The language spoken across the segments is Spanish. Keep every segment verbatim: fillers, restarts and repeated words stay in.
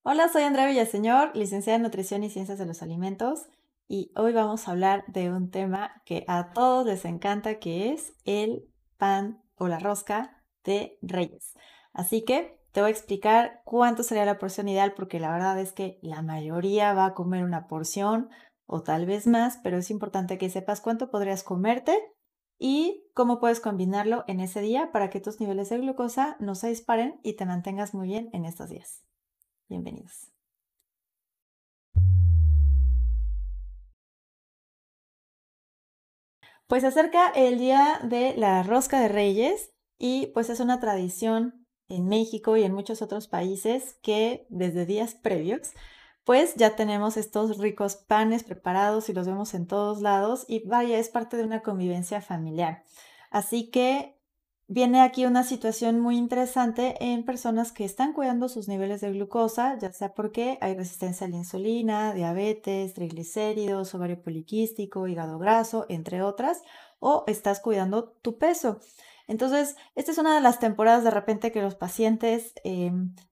Hola, soy Andrea Villaseñor, licenciada en Nutrición y Ciencias de los Alimentos, y hoy vamos a hablar de un tema que a todos les encanta, que es el pan o la rosca de Reyes. Así que te voy a explicar cuánto sería la porción ideal, porque la verdad es que la mayoría va a comer una porción o tal vez más, pero es importante que sepas cuánto podrías comerte y cómo puedes combinarlo en ese día para que tus niveles de glucosa no se disparen y te mantengas muy bien en estos días. Bienvenidos. Pues se acerca el día de la rosca de Reyes y pues es una tradición en México y en muchos otros países que desde días previos pues ya tenemos estos ricos panes preparados y los vemos en todos lados y vaya, es parte de una convivencia familiar. Así que viene aquí una situación muy interesante en personas que están cuidando sus niveles de glucosa, ya sea porque hay resistencia a la insulina, diabetes, triglicéridos, ovario poliquístico, hígado graso, entre otras, o estás cuidando tu peso. Entonces, esta es una de las temporadas de repente que los pacientes eh,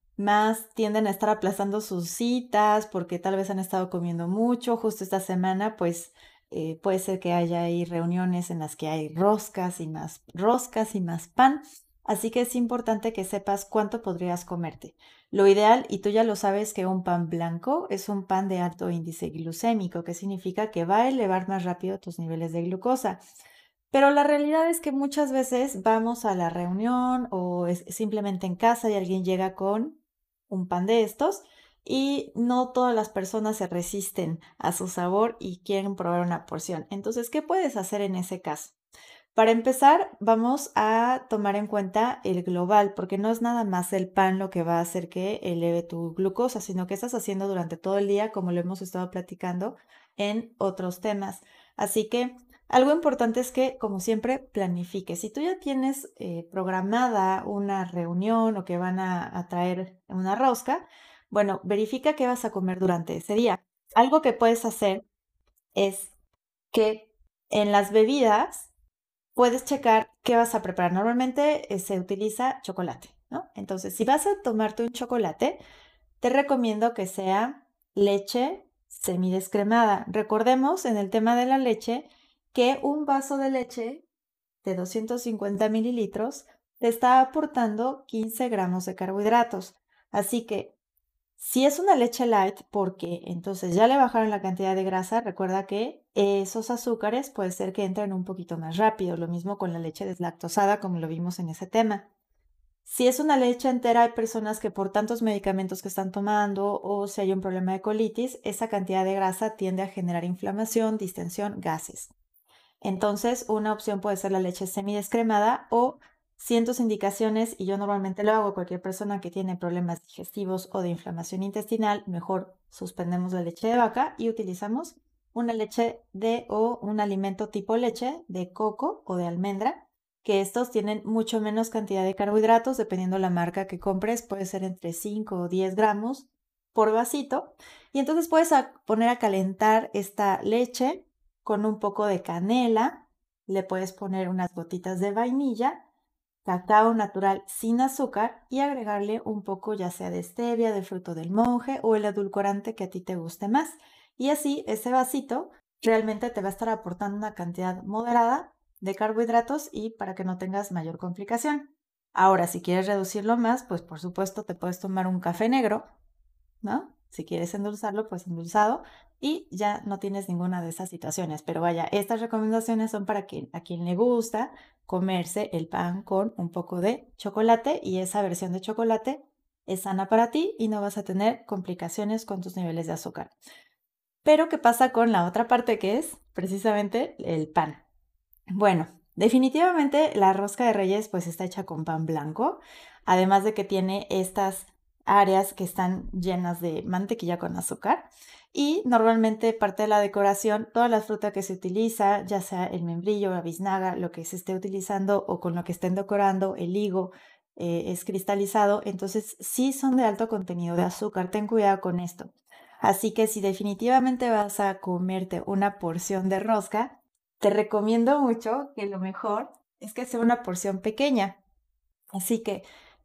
más tienden a estar aplazando sus citas porque tal vez han estado comiendo mucho. Justo esta semana, pues eh, puede ser que haya ahí reuniones en las que hay roscas y más roscas y más pan. Así que es importante que sepas cuánto podrías comerte. Lo ideal, y tú ya lo sabes, que un pan blanco es un pan de alto índice glucémico, que significa que va a elevar más rápido tus niveles de glucosa. Pero la realidad es que muchas veces vamos a la reunión o es simplemente en casa y alguien llega con un pan de estos y no todas las personas se resisten a su sabor y quieren probar una porción. Entonces, ¿qué puedes hacer en ese caso? Para empezar, vamos a tomar en cuenta el global, porque no es nada más el pan lo que va a hacer que eleve tu glucosa, sino que estás haciendo durante todo el día, como lo hemos estado platicando en otros temas. Así que algo importante es que, como siempre, planifiques. Si tú ya tienes eh, programada una reunión o que van a, a traer una rosca, bueno, verifica qué vas a comer durante ese día. Algo que puedes hacer es que en las bebidas puedes checar qué vas a preparar. Normalmente eh, se utiliza chocolate, ¿no? Entonces, si vas a tomarte un chocolate, te recomiendo que sea leche semidescremada. Recordemos en el tema de la leche que un vaso de leche de doscientos cincuenta mililitros te está aportando quince gramos de carbohidratos. Así que si es una leche light, porque entonces ya le bajaron la cantidad de grasa, recuerda que esos azúcares puede ser que entren un poquito más rápido. Lo mismo con la leche deslactosada, como lo vimos en ese tema. Si es una leche entera, hay personas que por tantos medicamentos que están tomando o si hay un problema de colitis, esa cantidad de grasa tiende a generar inflamación, distensión, gases. Entonces, una opción puede ser la leche semidescremada o cientos indicaciones, y yo normalmente lo hago, cualquier persona que tiene problemas digestivos o de inflamación intestinal, mejor suspendemos la leche de vaca y utilizamos una leche de o un alimento tipo leche de coco o de almendra, que estos tienen mucho menos cantidad de carbohidratos, dependiendo la marca que compres, puede ser entre cinco o diez gramos por vasito, y entonces puedes a poner a calentar esta leche con un poco de canela, le puedes poner unas gotitas de vainilla, cacao natural sin azúcar y agregarle un poco ya sea de stevia, de fruto del monje o el edulcorante que a ti te guste más. Y así ese vasito realmente te va a estar aportando una cantidad moderada de carbohidratos y para que no tengas mayor complicación. Ahora, si quieres reducirlo más, pues por supuesto te puedes tomar un café negro, ¿no? Si quieres endulzarlo, pues endulzado y ya no tienes ninguna de esas situaciones. Pero vaya, estas recomendaciones son para quien, a quien le gusta comerse el pan con un poco de chocolate y esa versión de chocolate es sana para ti y no vas a tener complicaciones con tus niveles de azúcar. Pero, ¿qué pasa con la otra parte que es precisamente el pan? Bueno, definitivamente la rosca de Reyes pues está hecha con pan blanco, además de que tiene estas áreas que están llenas de mantequilla con azúcar y normalmente parte de la decoración, toda la fruta que se utiliza, ya sea el membrillo, la biznaga, lo que se esté utilizando o con lo que estén decorando, el higo, eh, es cristalizado, entonces sí son de alto contenido de azúcar, ten cuidado con esto. Así que si definitivamente vas a comerte una porción de rosca, te recomiendo mucho que lo mejor es que sea una porción pequeña. Así que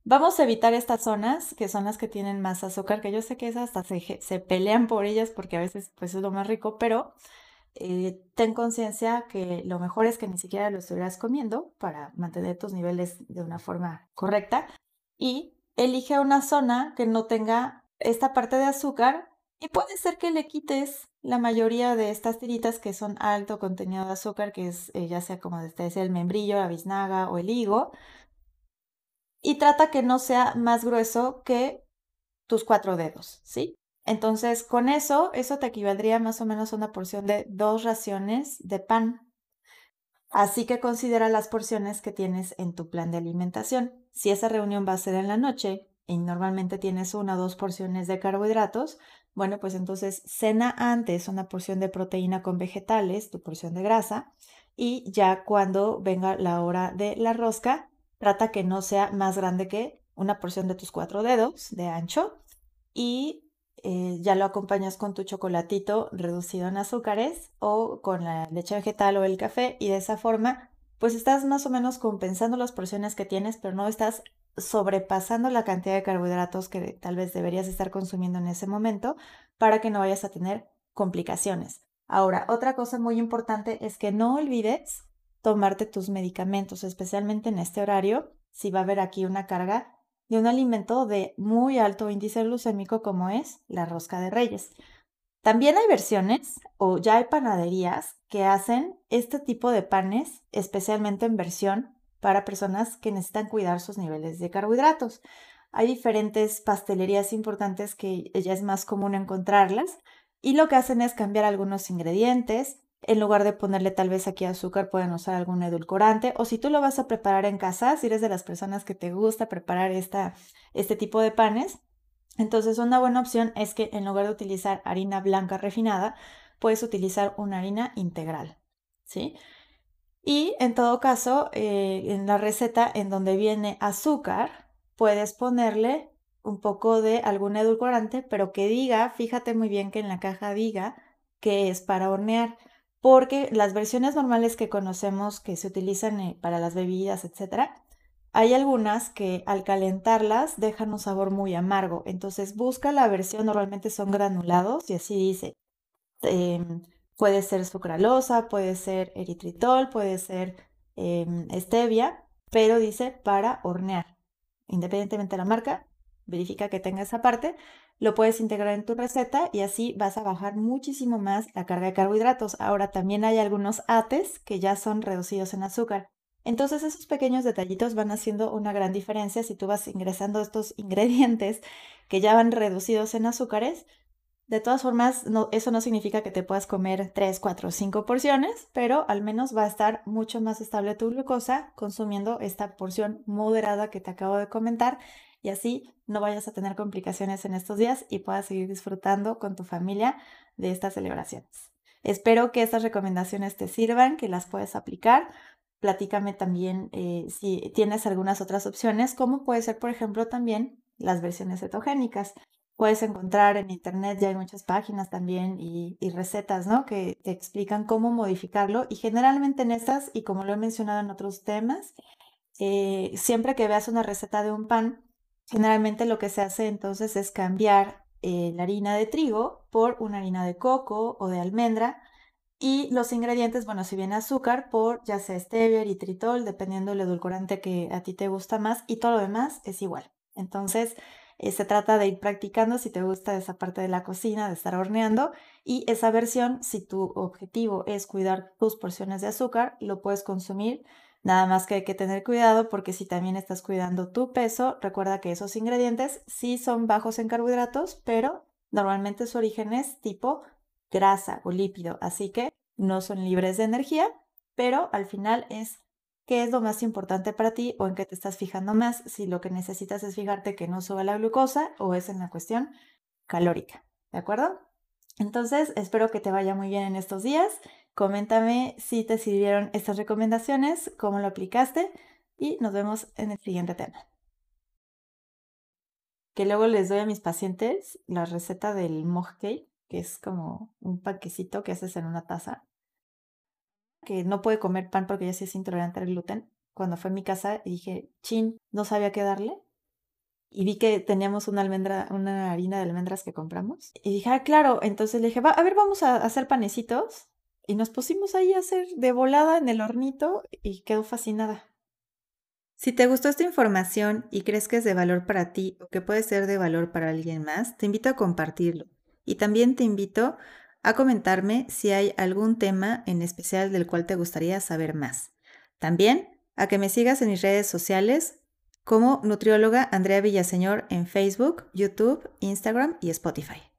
Vamos a evitar estas zonas, que son las que tienen más azúcar, que yo sé que esas hasta se, je- se pelean por ellas porque a veces pues es lo más rico, pero eh, ten conciencia que lo mejor es que ni siquiera lo estuvieras comiendo para mantener tus niveles de una forma correcta y elige una zona que no tenga esta parte de azúcar y puede ser que le quites la mayoría de estas tiritas que son alto contenido de azúcar, que es eh, ya sea como este es el membrillo, la biznaga o el higo, y trata que no sea más grueso que tus cuatro dedos, ¿sí? Entonces, con eso, eso te equivaldría más o menos a una porción de dos raciones de pan. Así que considera las porciones que tienes en tu plan de alimentación. Si esa reunión va a ser en la noche y normalmente tienes una o dos porciones de carbohidratos, bueno, pues entonces cena antes una porción de proteína con vegetales, tu porción de grasa, y ya cuando venga la hora de la rosca, trata que no sea más grande que una porción de tus cuatro dedos de ancho y eh, ya lo acompañas con tu chocolatito reducido en azúcares o con la leche vegetal o el café y de esa forma pues estás más o menos compensando las porciones que tienes, pero no estás sobrepasando la cantidad de carbohidratos que tal vez deberías estar consumiendo en ese momento para que no vayas a tener complicaciones. Ahora, otra cosa muy importante es que no olvides tomarte tus medicamentos, especialmente en este horario, si va a haber aquí una carga de un alimento de muy alto índice glucémico como es la rosca de Reyes. También hay versiones o ya hay panaderías que hacen este tipo de panes, especialmente en versión para personas que necesitan cuidar sus niveles de carbohidratos. Hay diferentes pastelerías importantes que ya es más común encontrarlas y lo que hacen es cambiar algunos ingredientes. En lugar de ponerle tal vez aquí azúcar, pueden usar algún edulcorante. O si tú lo vas a preparar en casa, si eres de las personas que te gusta preparar esta, este tipo de panes, entonces una buena opción es que en lugar de utilizar harina blanca refinada, puedes utilizar una harina integral, ¿sí? Y en todo caso, eh, en la receta en donde viene azúcar, puedes ponerle un poco de algún edulcorante, pero que diga, fíjate muy bien que en la caja diga que es para hornear, porque las versiones normales que conocemos que se utilizan eh, para las bebidas, etcétera, hay algunas que al calentarlas dejan un sabor muy amargo. Entonces busca la versión, normalmente son granulados y así dice. em, Puede ser sucralosa, puede ser eritritol, puede ser em, stevia, pero dice para hornear. Independientemente de la marca, verifica que tenga esa parte, lo puedes integrar en tu receta y así vas a bajar muchísimo más la carga de carbohidratos. Ahora también hay algunos ates que ya son reducidos en azúcar. Entonces esos pequeños detallitos van haciendo una gran diferencia si tú vas ingresando estos ingredientes que ya van reducidos en azúcares. De todas formas, no, eso no significa que te puedas comer tres, cuatro, cinco porciones, pero al menos va a estar mucho más estable tu glucosa consumiendo esta porción moderada que te acabo de comentar y así no vayas a tener complicaciones en estos días y puedas seguir disfrutando con tu familia de estas celebraciones. Espero que estas recomendaciones te sirvan, que las puedes aplicar. Platícame también eh, si tienes algunas otras opciones, como puede ser, por ejemplo, también las versiones cetogénicas. Puedes encontrar en internet, ya hay muchas páginas también y, y recetas, ¿no? Que te explican cómo modificarlo y generalmente en estas, y como lo he mencionado en otros temas, eh, siempre que veas una receta de un pan, generalmente lo que se hace entonces es cambiar eh, la harina de trigo por una harina de coco o de almendra y los ingredientes, bueno, si viene azúcar, por ya sea stevia, eritritol, dependiendo del edulcorante que a ti te gusta más, y todo lo demás es igual. Entonces, eh, se trata de ir practicando si te gusta esa parte de la cocina, de estar horneando, y esa versión, si tu objetivo es cuidar tus porciones de azúcar, lo puedes consumir. Nada más que hay que tener cuidado porque si también estás cuidando tu peso, recuerda que esos ingredientes sí son bajos en carbohidratos, pero normalmente su origen es tipo grasa o lípido, así que no son libres de energía, pero al final es qué es lo más importante para ti o en qué te estás fijando más, si lo que necesitas es fijarte que no suba la glucosa o es en la cuestión calórica, ¿de acuerdo? Entonces, espero que te vaya muy bien en estos días. Coméntame si te sirvieron estas recomendaciones, cómo lo aplicaste y nos vemos en el siguiente tema. Que luego les doy a mis pacientes la receta del mug cake, que es como un panquecito que haces en una taza, que no puede comer pan porque ella sí es intolerante al gluten. Cuando fue a mi casa y dije, chin, no sabía qué darle. y vi que teníamos una almendra, una harina de almendras que compramos. Y dije, ah, claro. Entonces le dije, va, a ver, vamos a hacer panecitos. Y nos pusimos ahí a hacer de volada en el hornito y quedó fascinada. Si te gustó esta información y crees que es de valor para ti o que puede ser de valor para alguien más, te invito a compartirlo. Y también te invito a comentarme si hay algún tema en especial del cual te gustaría saber más. También a que me sigas en mis redes sociales como nutrióloga Andrea Villaseñor en Facebook, YouTube, Instagram y Spotify.